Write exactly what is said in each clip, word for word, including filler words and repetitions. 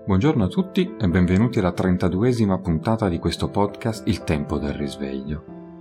Buongiorno a tutti e benvenuti alla trentaduesima puntata di questo podcast Il tempo del risveglio.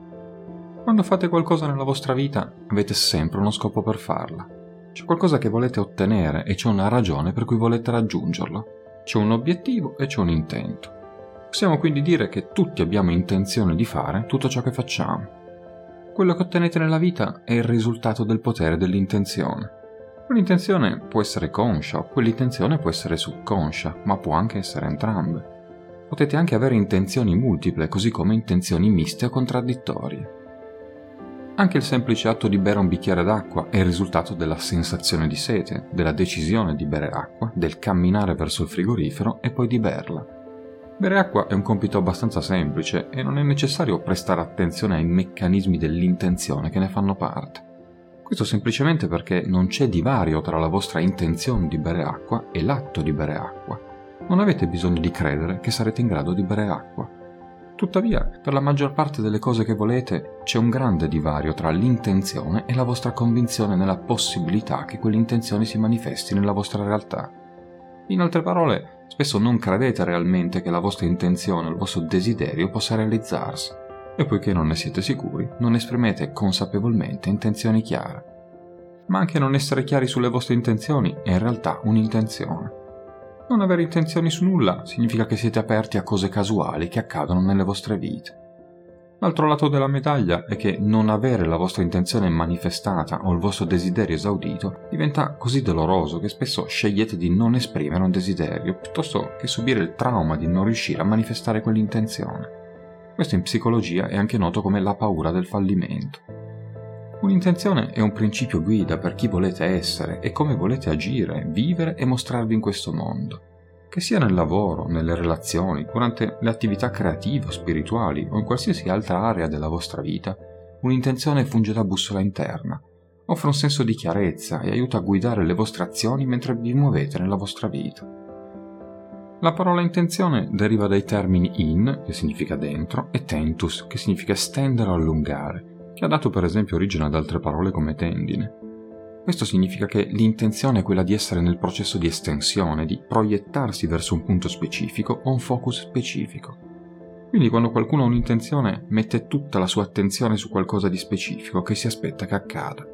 Quando fate qualcosa nella vostra vita avete sempre uno scopo per farla. C'è qualcosa che volete ottenere e c'è una ragione per cui volete raggiungerlo. C'è un obiettivo e c'è un intento. Possiamo quindi dire che tutti abbiamo intenzione di fare tutto ciò che facciamo. Quello che ottenete nella vita è il risultato del potere dell'intenzione. Quell'intenzione può essere conscia o quell'intenzione può essere subconscia, ma può anche essere entrambe. Potete anche avere intenzioni multiple, così come intenzioni miste o contraddittorie. Anche il semplice atto di bere un bicchiere d'acqua è il risultato della sensazione di sete, della decisione di bere acqua, del camminare verso il frigorifero e poi di berla. Bere acqua è un compito abbastanza semplice e non è necessario prestare attenzione ai meccanismi dell'intenzione che ne fanno parte. Questo semplicemente perché non c'è divario tra la vostra intenzione di bere acqua e l'atto di bere acqua. Non avete bisogno di credere che sarete in grado di bere acqua. Tuttavia, per la maggior parte delle cose che volete, c'è un grande divario tra l'intenzione e la vostra convinzione nella possibilità che quell'intenzione si manifesti nella vostra realtà. In altre parole, spesso non credete realmente che la vostra intenzione o il vostro desiderio possa realizzarsi. E poiché non ne siete sicuri, non esprimete consapevolmente intenzioni chiare. Ma anche non essere chiari sulle vostre intenzioni è in realtà un'intenzione. Non avere intenzioni su nulla significa che siete aperti a cose casuali che accadono nelle vostre vite. L'altro lato della medaglia è che non avere la vostra intenzione manifestata o il vostro desiderio esaudito diventa così doloroso che spesso scegliete di non esprimere un desiderio piuttosto che subire il trauma di non riuscire a manifestare quell'intenzione. Questo in psicologia è anche noto come la paura del fallimento. Un'intenzione è un principio guida per chi volete essere e come volete agire, vivere e mostrarvi in questo mondo. Che sia nel lavoro, nelle relazioni, durante le attività creative o spirituali o in qualsiasi altra area della vostra vita, un'intenzione funge da bussola interna, offre un senso di chiarezza e aiuta a guidare le vostre azioni mentre vi muovete nella vostra vita. La parola intenzione deriva dai termini in, che significa dentro, e tentus, che significa estendere o allungare, che ha dato per esempio origine ad altre parole come tendine. Questo significa che l'intenzione è quella di essere nel processo di estensione, di proiettarsi verso un punto specifico o un focus specifico. Quindi quando qualcuno ha un'intenzione, mette tutta la sua attenzione su qualcosa di specifico che si aspetta che accada.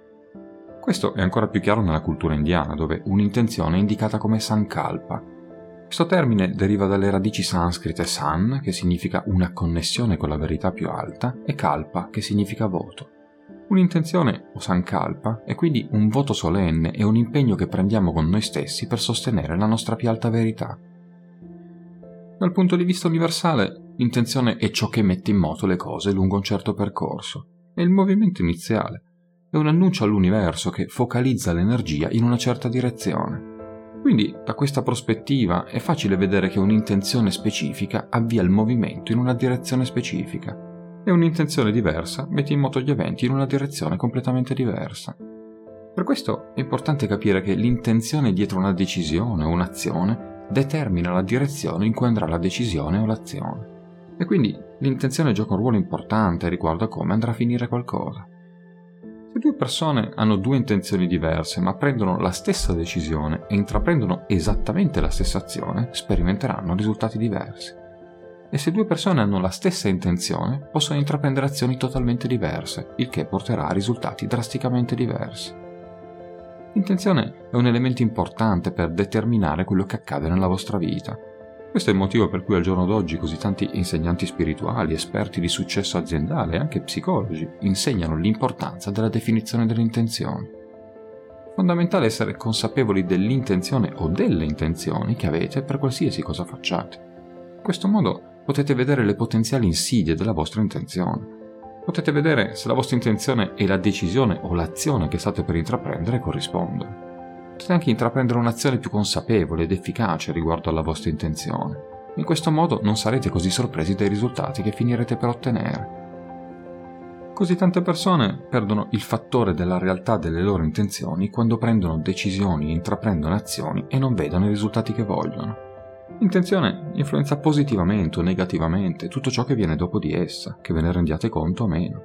Questo è ancora più chiaro nella cultura indiana, dove un'intenzione è indicata come sankalpa. Questo termine deriva dalle radici sanscrite san, che significa una connessione con la verità più alta, e kalpa, che significa voto. Un'intenzione, o sankalpa, è quindi un voto solenne e un impegno che prendiamo con noi stessi per sostenere la nostra più alta verità. Dal punto di vista universale, l'intenzione è ciò che mette in moto le cose lungo un certo percorso. È il movimento iniziale. È un annuncio all'universo che focalizza l'energia in una certa direzione. Quindi, da questa prospettiva, è facile vedere che un'intenzione specifica avvia il movimento in una direzione specifica e un'intenzione diversa mette in moto gli eventi in una direzione completamente diversa. Per questo è importante capire che l'intenzione dietro una decisione o un'azione determina la direzione in cui andrà la decisione o l'azione. E quindi l'intenzione gioca un ruolo importante riguardo a come andrà a finire qualcosa. Se due persone hanno due intenzioni diverse ma prendono la stessa decisione e intraprendono esattamente la stessa azione, sperimenteranno risultati diversi. E se due persone hanno la stessa intenzione, possono intraprendere azioni totalmente diverse, il che porterà a risultati drasticamente diversi. L'intenzione è un elemento importante per determinare quello che accade nella vostra vita. Questo è il motivo per cui al giorno d'oggi così tanti insegnanti spirituali, esperti di successo aziendale e anche psicologi insegnano l'importanza della definizione delle intenzioni. È fondamentale essere consapevoli dell'intenzione o delle intenzioni che avete per qualsiasi cosa facciate. In questo modo potete vedere le potenziali insidie della vostra intenzione. Potete vedere se la vostra intenzione e la decisione o l'azione che state per intraprendere corrispondono. Potete anche intraprendere un'azione più consapevole ed efficace riguardo alla vostra intenzione. In questo modo non sarete così sorpresi dai risultati che finirete per ottenere. Così tante persone perdono il fattore della realtà delle loro intenzioni quando prendono decisioni e intraprendono azioni e non vedono i risultati che vogliono. L'intenzione influenza positivamente o negativamente tutto ciò che viene dopo di essa, che ve ne rendiate conto o meno.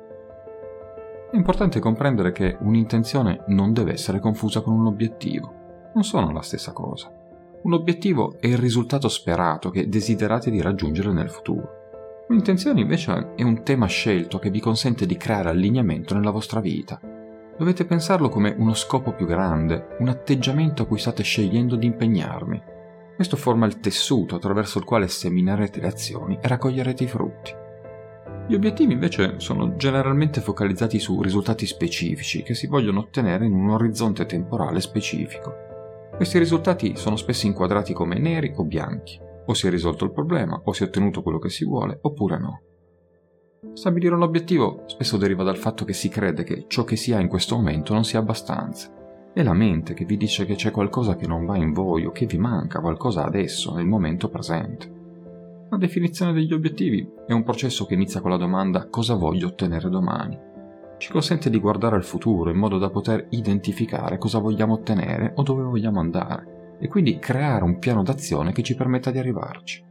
È importante comprendere che un'intenzione non deve essere confusa con un obiettivo. Non sono la stessa cosa. Un obiettivo è il risultato sperato che desiderate di raggiungere nel futuro. Un'intenzione invece è un tema scelto che vi consente di creare allineamento nella vostra vita. Dovete pensarlo come uno scopo più grande, un atteggiamento a cui state scegliendo di impegnarvi. Questo forma il tessuto attraverso il quale seminerete le azioni e raccoglierete i frutti. Gli obiettivi invece sono generalmente focalizzati su risultati specifici che si vogliono ottenere in un orizzonte temporale specifico. Questi risultati sono spesso inquadrati come neri o bianchi. O si è risolto il problema, o si è ottenuto quello che si vuole, oppure no. Stabilire un obiettivo spesso deriva dal fatto che si crede che ciò che si ha in questo momento non sia abbastanza. È la mente che vi dice che c'è qualcosa che non va in voi o che vi manca qualcosa adesso, nel momento presente. La definizione degli obiettivi è un processo che inizia con la domanda cosa voglio ottenere domani. Ci consente di guardare al futuro in modo da poter identificare cosa vogliamo ottenere o dove vogliamo andare e quindi creare un piano d'azione che ci permetta di arrivarci.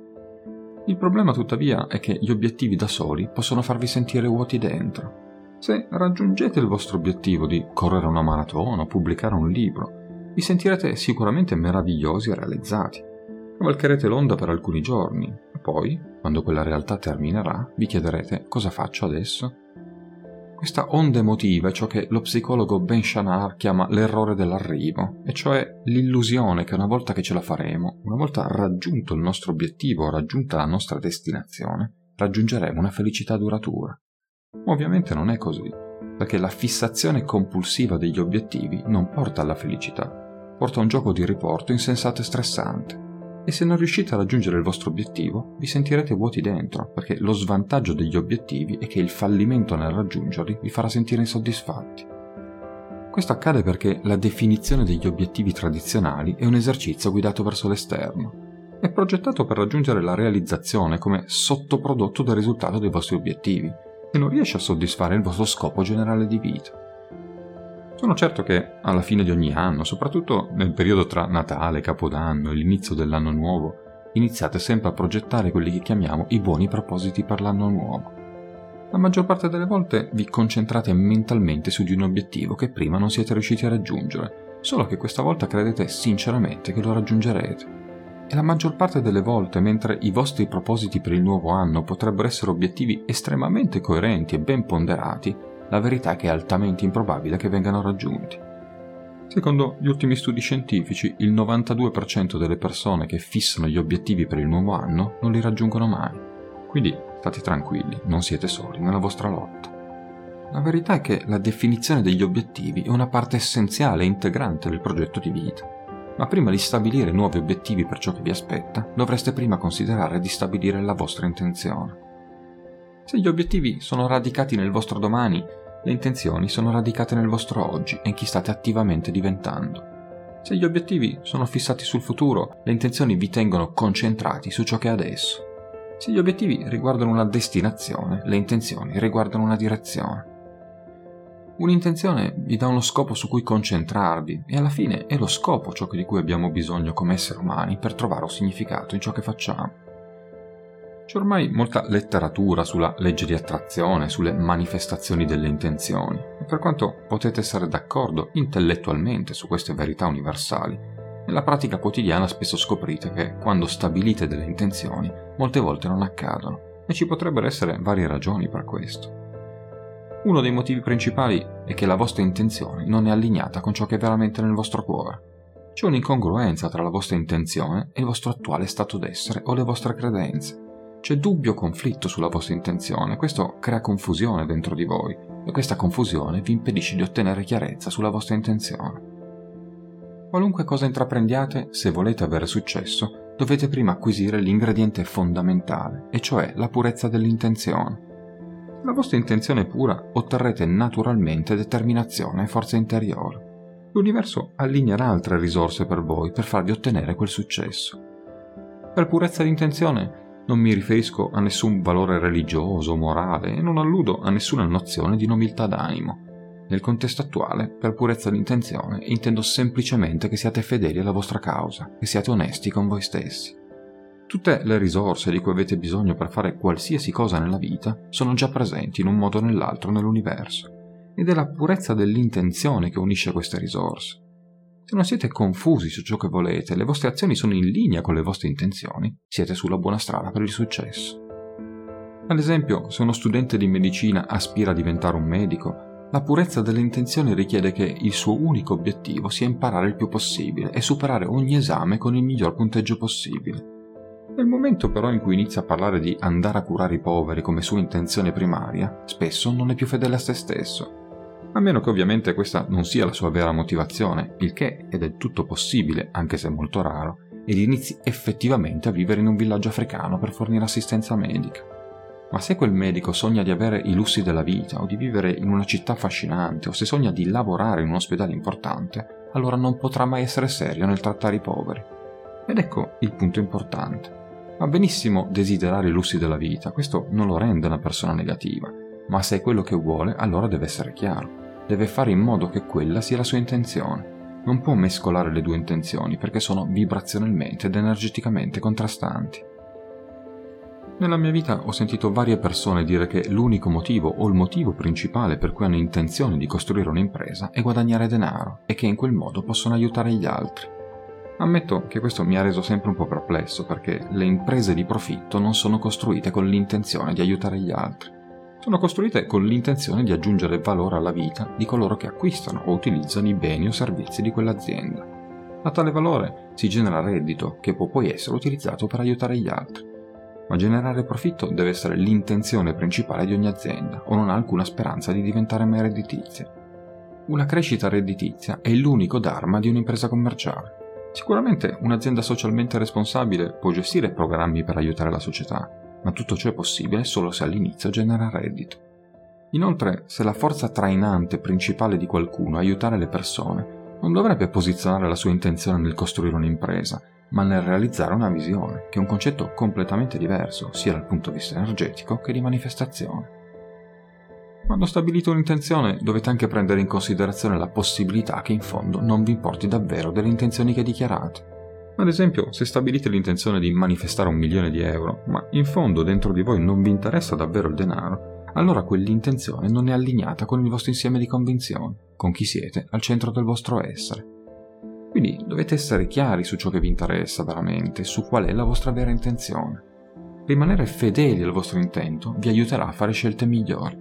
Il problema tuttavia è che gli obiettivi da soli possono farvi sentire vuoti dentro. Se raggiungete il vostro obiettivo di correre una maratona o pubblicare un libro, vi sentirete sicuramente meravigliosi e realizzati. Cavalcherete l'onda per alcuni giorni, e poi, quando quella realtà terminerà, vi chiederete cosa faccio adesso? Questa onda emotiva è ciò che lo psicologo Ben Shahar chiama l'errore dell'arrivo, e cioè l'illusione che una volta che ce la faremo, una volta raggiunto il nostro obiettivo, raggiunta la nostra destinazione, raggiungeremo una felicità duratura. Ovviamente non è così, perché la fissazione compulsiva degli obiettivi non porta alla felicità, porta a un gioco di riporto insensato e stressante. E se non riuscite a raggiungere il vostro obiettivo, vi sentirete vuoti dentro, perché lo svantaggio degli obiettivi è che il fallimento nel raggiungerli vi farà sentire insoddisfatti. Questo accade perché la definizione degli obiettivi tradizionali è un esercizio guidato verso l'esterno. È progettato per raggiungere la realizzazione come sottoprodotto del risultato dei vostri obiettivi e non riesce a soddisfare il vostro scopo generale di vita. Sono certo che alla fine di ogni anno, soprattutto nel periodo tra Natale, Capodanno e l'inizio dell'anno nuovo, iniziate sempre a progettare quelli che chiamiamo i buoni propositi per l'anno nuovo. La maggior parte delle volte vi concentrate mentalmente su di un obiettivo che prima non siete riusciti a raggiungere, solo che questa volta credete sinceramente che lo raggiungerete. E la maggior parte delle volte, mentre i vostri propositi per il nuovo anno potrebbero essere obiettivi estremamente coerenti e ben ponderati, la verità è che è altamente improbabile che vengano raggiunti. Secondo gli ultimi studi scientifici, il novantadue per cento delle persone che fissano gli obiettivi per il nuovo anno non li raggiungono mai. Quindi state tranquilli, non siete soli nella vostra lotta. La verità è che la definizione degli obiettivi è una parte essenziale e integrante del progetto di vita. Ma prima di stabilire nuovi obiettivi per ciò che vi aspetta, dovreste prima considerare di stabilire la vostra intenzione. Se gli obiettivi sono radicati nel vostro domani, le intenzioni sono radicate nel vostro oggi e in chi state attivamente diventando. Se gli obiettivi sono fissati sul futuro, le intenzioni vi tengono concentrati su ciò che è adesso. Se gli obiettivi riguardano una destinazione, le intenzioni riguardano una direzione. Un'intenzione vi dà uno scopo su cui concentrarvi e alla fine è lo scopo ciò di cui abbiamo bisogno come esseri umani per trovare un significato in ciò che facciamo. C'è ormai molta letteratura sulla legge di attrazione, sulle manifestazioni delle intenzioni, e per quanto potete essere d'accordo intellettualmente su queste verità universali, nella pratica quotidiana spesso scoprite che quando stabilite delle intenzioni, molte volte non accadono, e ci potrebbero essere varie ragioni per questo. Uno dei motivi principali è che la vostra intenzione non è allineata con ciò che è veramente nel vostro cuore. C'è un'incongruenza tra la vostra intenzione e il vostro attuale stato d'essere o le vostre credenze. C'è dubbio conflitto sulla vostra intenzione, questo crea confusione dentro di voi e questa confusione vi impedisce di ottenere chiarezza sulla vostra intenzione. Qualunque cosa intraprendiate, se volete avere successo, dovete prima acquisire l'ingrediente fondamentale, e cioè la purezza dell'intenzione. Se la vostra intenzione è pura, otterrete naturalmente determinazione e forza interiore. L'universo allineerà altre risorse per voi per farvi ottenere quel successo. Per purezza di intenzione non mi riferisco a nessun valore religioso o morale e non alludo a nessuna nozione di nobiltà d'animo. Nel contesto attuale, per purezza di intenzione, intendo semplicemente che siate fedeli alla vostra causa, che siate onesti con voi stessi. Tutte le risorse di cui avete bisogno per fare qualsiasi cosa nella vita sono già presenti in un modo o nell'altro nell'universo, ed è la purezza dell'intenzione che unisce queste risorse. Se non siete confusi su ciò che volete, le vostre azioni sono in linea con le vostre intenzioni, siete sulla buona strada per il successo. Ad esempio, se uno studente di medicina aspira a diventare un medico, la purezza delle intenzioni richiede che il suo unico obiettivo sia imparare il più possibile e superare ogni esame con il miglior punteggio possibile. Nel momento però in cui inizia a parlare di andare a curare i poveri come sua intenzione primaria, spesso non è più fedele a se stesso. A meno che ovviamente questa non sia la sua vera motivazione, il che è del tutto possibile, anche se molto raro, ed inizi effettivamente a vivere in un villaggio africano per fornire assistenza medica. Ma se quel medico sogna di avere i lussi della vita o di vivere in una città affascinante o se sogna di lavorare in un ospedale importante, allora non potrà mai essere serio nel trattare i poveri. Ed ecco il punto importante. Va benissimo desiderare i lussi della vita, questo non lo rende una persona negativa, ma se è quello che vuole, allora deve essere chiaro. Deve fare in modo che quella sia la sua intenzione. Non può mescolare le due intenzioni perché sono vibrazionalmente ed energeticamente contrastanti. Nella mia vita ho sentito varie persone dire che l'unico motivo o il motivo principale per cui hanno intenzione di costruire un'impresa è guadagnare denaro e che in quel modo possono aiutare gli altri. Ammetto che questo mi ha reso sempre un po' perplesso perché le imprese di profitto non sono costruite con l'intenzione di aiutare gli altri. Sono costruite con l'intenzione di aggiungere valore alla vita di coloro che acquistano o utilizzano i beni o servizi di quell'azienda. Da tale valore si genera reddito che può poi essere utilizzato per aiutare gli altri. Ma generare profitto deve essere l'intenzione principale di ogni azienda o non ha alcuna speranza di diventare mai redditizia. Una crescita redditizia è l'unico dharma di un'impresa commerciale. Sicuramente un'azienda socialmente responsabile può gestire programmi per aiutare la società, ma tutto ciò è possibile solo se all'inizio genera reddito. Inoltre, se la forza trainante principale di qualcuno è aiutare le persone, non dovrebbe posizionare la sua intenzione nel costruire un'impresa, ma nel realizzare una visione, che è un concetto completamente diverso, sia dal punto di vista energetico che di manifestazione. Quando stabilite un'intenzione, dovete anche prendere in considerazione la possibilità che in fondo non vi importi davvero delle intenzioni che dichiarate. Ad esempio, se stabilite l'intenzione di manifestare un milione di euro, ma in fondo dentro di voi non vi interessa davvero il denaro, allora quell'intenzione non è allineata con il vostro insieme di convinzioni, con chi siete al centro del vostro essere. Quindi dovete essere chiari su ciò che vi interessa veramente, su qual è la vostra vera intenzione. Rimanere fedeli al vostro intento vi aiuterà a fare scelte migliori.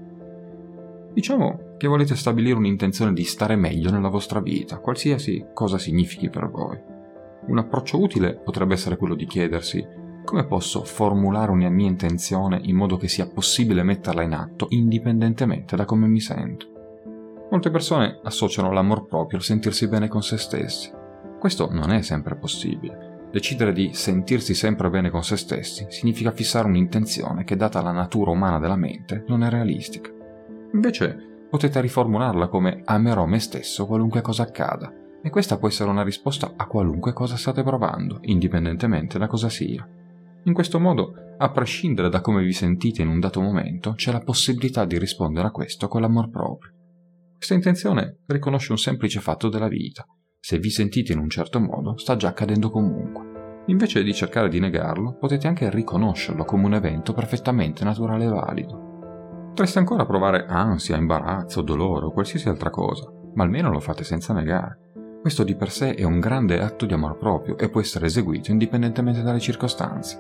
Diciamo che volete stabilire un'intenzione di stare meglio nella vostra vita, qualsiasi cosa significhi per voi. Un approccio utile potrebbe essere quello di chiedersi: come posso formulare una mia intenzione in modo che sia possibile metterla in atto indipendentemente da come mi sento? Molte persone associano l'amor proprio al sentirsi bene con se stessi. Questo non è sempre possibile. Decidere di sentirsi sempre bene con se stessi significa fissare un'intenzione che, data la natura umana della mente, non è realistica. Invece potete riformularla come amerò me stesso qualunque cosa accada, e questa può essere una risposta a qualunque cosa state provando, indipendentemente da cosa sia. In questo modo, a prescindere da come vi sentite in un dato momento, c'è la possibilità di rispondere a questo con l'amor proprio. Questa intenzione riconosce un semplice fatto della vita. Se vi sentite in un certo modo, sta già accadendo comunque. Invece di cercare di negarlo, potete anche riconoscerlo come un evento perfettamente naturale e valido. Potreste ancora provare ansia, imbarazzo, dolore o qualsiasi altra cosa, ma almeno lo fate senza negare. Questo di per sé è un grande atto di amor proprio e può essere eseguito indipendentemente dalle circostanze.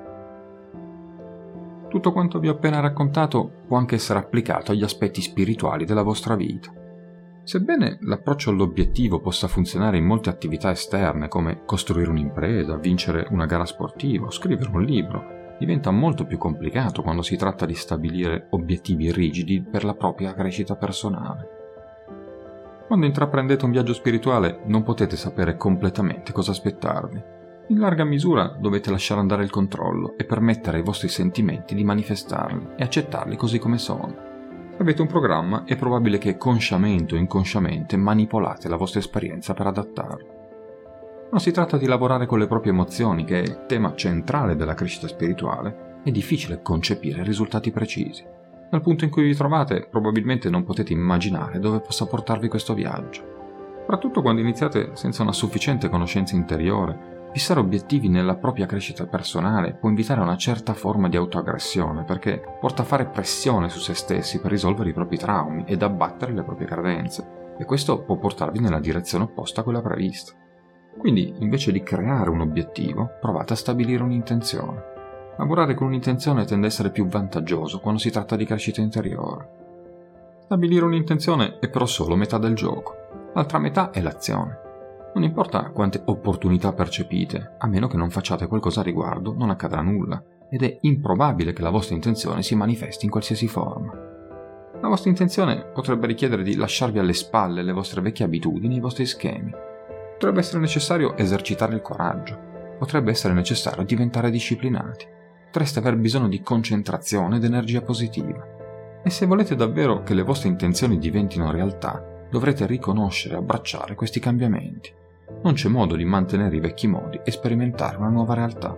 Tutto quanto vi ho appena raccontato può anche essere applicato agli aspetti spirituali della vostra vita. Sebbene l'approccio all'obiettivo possa funzionare in molte attività esterne come costruire un'impresa, vincere una gara sportiva o scrivere un libro, diventa molto più complicato quando si tratta di stabilire obiettivi rigidi per la propria crescita personale. Quando intraprendete un viaggio spirituale non potete sapere completamente cosa aspettarvi. In larga misura dovete lasciare andare il controllo e permettere ai vostri sentimenti di manifestarli e accettarli così come sono. Se avete un programma, è probabile che consciamente o inconsciamente manipolate la vostra esperienza per adattarlo. Non si tratta di lavorare con le proprie emozioni, che è il tema centrale della crescita spirituale. È difficile concepire risultati precisi. Dal punto in cui vi trovate, probabilmente non potete immaginare dove possa portarvi questo viaggio. Soprattutto quando iniziate senza una sufficiente conoscenza interiore, fissare obiettivi nella propria crescita personale può invitare a una certa forma di autoaggressione, perché porta a fare pressione su se stessi per risolvere i propri traumi ed abbattere le proprie carenze, e questo può portarvi nella direzione opposta a quella prevista. Quindi, invece di creare un obiettivo, provate a stabilire un'intenzione. Lavorare con un'intenzione tende a essere più vantaggioso quando si tratta di crescita interiore. Stabilire un'intenzione è però solo metà del gioco. L'altra metà è l'azione. Non importa quante opportunità percepite, a meno che non facciate qualcosa a riguardo, non accadrà nulla, ed è improbabile che la vostra intenzione si manifesti in qualsiasi forma. La vostra intenzione potrebbe richiedere di lasciarvi alle spalle le vostre vecchie abitudini e i vostri schemi. Potrebbe essere necessario esercitare il coraggio. Potrebbe essere necessario diventare disciplinati. Potreste aver bisogno di concentrazione ed energia positiva. E se volete davvero che le vostre intenzioni diventino realtà, dovrete riconoscere e abbracciare questi cambiamenti. Non c'è modo di mantenere i vecchi modi e sperimentare una nuova realtà.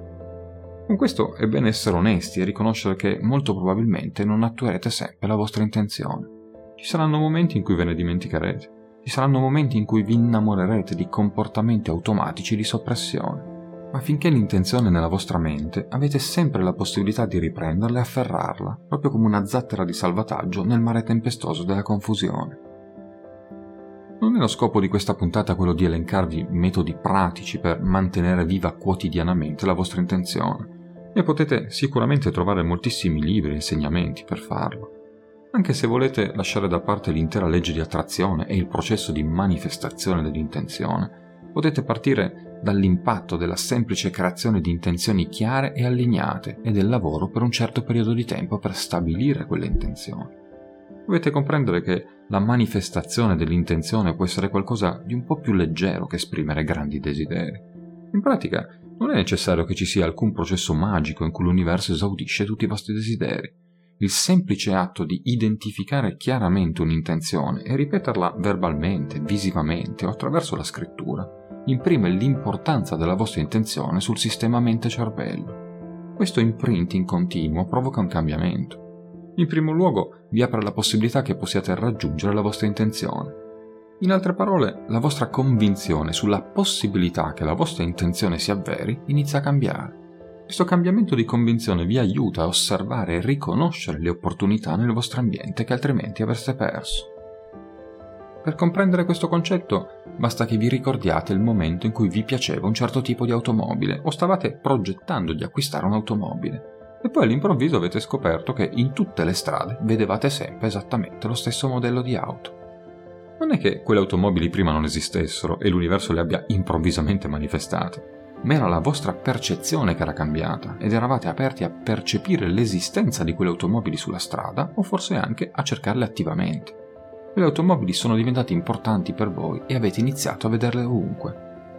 Con questo è bene essere onesti e riconoscere che molto probabilmente non attuerete sempre la vostra intenzione. Ci saranno momenti in cui ve ne dimenticherete. Ci saranno momenti in cui vi innamorerete di comportamenti automatici di soppressione. Ma finché l'intenzione è nella vostra mente, avete sempre la possibilità di riprenderla e afferrarla, proprio come una zattera di salvataggio nel mare tempestoso della confusione. Non è lo scopo di questa puntata quello di elencarvi metodi pratici per mantenere viva quotidianamente la vostra intenzione, e potete sicuramente trovare moltissimi libri e insegnamenti per farlo. Anche se volete lasciare da parte l'intera legge di attrazione e il processo di manifestazione dell'intenzione, potete partire dall'impatto della semplice creazione di intenzioni chiare e allineate e del lavoro per un certo periodo di tempo per stabilire quelle intenzioni. Dovete comprendere che la manifestazione dell'intenzione può essere qualcosa di un po' più leggero che esprimere grandi desideri. In pratica, non è necessario che ci sia alcun processo magico in cui l'universo esaudisce tutti i vostri desideri. Il semplice atto di identificare chiaramente un'intenzione e ripeterla verbalmente, visivamente o attraverso la scrittura imprime l'importanza della vostra intenzione sul sistema mente-cervello. Questo imprinting continuo provoca un cambiamento. In primo luogo, vi apre la possibilità che possiate raggiungere la vostra intenzione. In altre parole, la vostra convinzione sulla possibilità che la vostra intenzione si avveri inizia a cambiare. Questo cambiamento di convinzione vi aiuta a osservare e riconoscere le opportunità nel vostro ambiente che altrimenti avreste perso. Per comprendere questo concetto, basta che vi ricordiate il momento in cui vi piaceva un certo tipo di automobile o stavate progettando di acquistare un'automobile e poi all'improvviso avete scoperto che in tutte le strade vedevate sempre esattamente lo stesso modello di auto. Non è che quelle automobili prima non esistessero e l'universo le abbia improvvisamente manifestate, ma era la vostra percezione che era cambiata ed eravate aperti a percepire l'esistenza di quelle automobili sulla strada o forse anche a cercarle attivamente. Quelle automobili sono diventate importanti per voi e avete iniziato a vederle ovunque.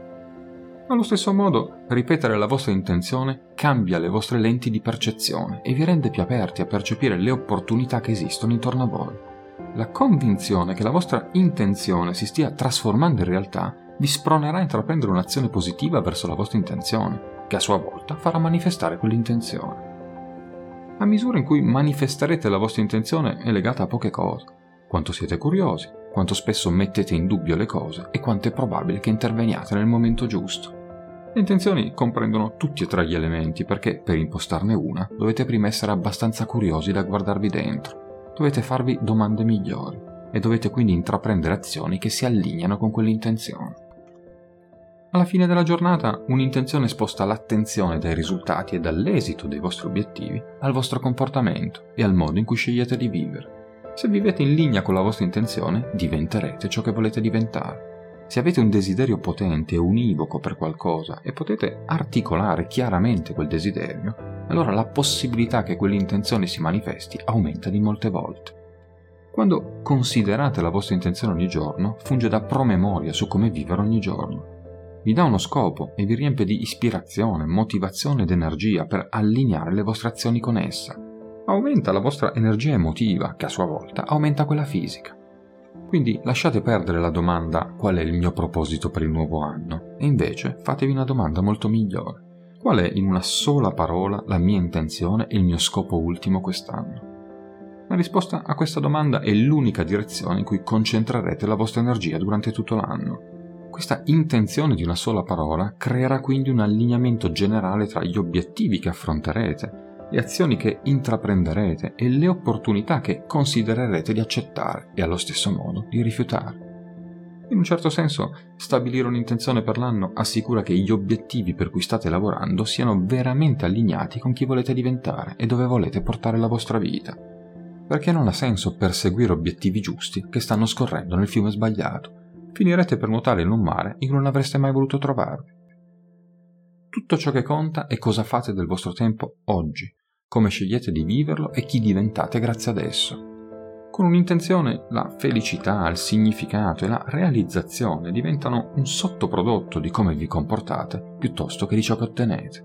Allo stesso modo, ripetere la vostra intenzione cambia le vostre lenti di percezione e vi rende più aperti a percepire le opportunità che esistono intorno a voi. La convinzione che la vostra intenzione si stia trasformando in realtà vi spronerà a intraprendere un'azione positiva verso la vostra intenzione, che a sua volta farà manifestare quell'intenzione. La misura in cui manifesterete la vostra intenzione è legata a poche cose. Quanto siete curiosi, quanto spesso mettete in dubbio le cose e quanto è probabile che interveniate nel momento giusto. Le intenzioni comprendono tutti e tre gli elementi perché, per impostarne una, dovete prima essere abbastanza curiosi da guardarvi dentro, dovete farvi domande migliori e dovete quindi intraprendere azioni che si allineano con quell'intenzione. Alla fine della giornata, un'intenzione sposta l'attenzione dai risultati e dall'esito dei vostri obiettivi al vostro comportamento e al modo in cui scegliete di vivere. Se vivete in linea con la vostra intenzione, diventerete ciò che volete diventare. Se avete un desiderio potente e univoco per qualcosa e potete articolare chiaramente quel desiderio, allora la possibilità che quell'intenzione si manifesti aumenta di molte volte. Quando considerate la vostra intenzione ogni giorno, funge da promemoria su come vivere ogni giorno. Vi dà uno scopo e vi riempie di ispirazione, motivazione ed energia per allineare le vostre azioni con essa. Aumenta la vostra energia emotiva, che a sua volta aumenta quella fisica. Quindi lasciate perdere la domanda qual è il mio proposito per il nuovo anno e invece fatevi una domanda molto migliore. Qual è in una sola parola la mia intenzione e il mio scopo ultimo quest'anno? La risposta a questa domanda è l'unica direzione in cui concentrerete la vostra energia durante tutto l'anno. Questa intenzione di una sola parola creerà quindi un allineamento generale tra gli obiettivi che affronterete, le azioni che intraprenderete e le opportunità che considererete di accettare e allo stesso modo di rifiutare. In un certo senso, stabilire un'intenzione per l'anno assicura che gli obiettivi per cui state lavorando siano veramente allineati con chi volete diventare e dove volete portare la vostra vita. Perché non ha senso perseguire obiettivi giusti che stanno scorrendo nel fiume sbagliato. Finirete per nuotare in un mare in cui non avreste mai voluto trovarvi. Tutto ciò che conta è cosa fate del vostro tempo oggi, come scegliete di viverlo e chi diventate grazie ad esso. Con un'intenzione, la felicità, il significato e la realizzazione diventano un sottoprodotto di come vi comportate piuttosto che di ciò che ottenete.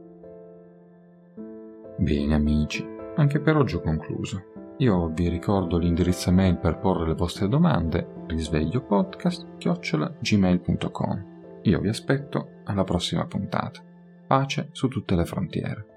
Bene amici, anche per oggi ho concluso. Io vi ricordo l'indirizzo email per porre le vostre domande, risvegliopodcast chiocciola gmail punto com. Io vi aspetto alla prossima puntata. Pace su tutte le frontiere.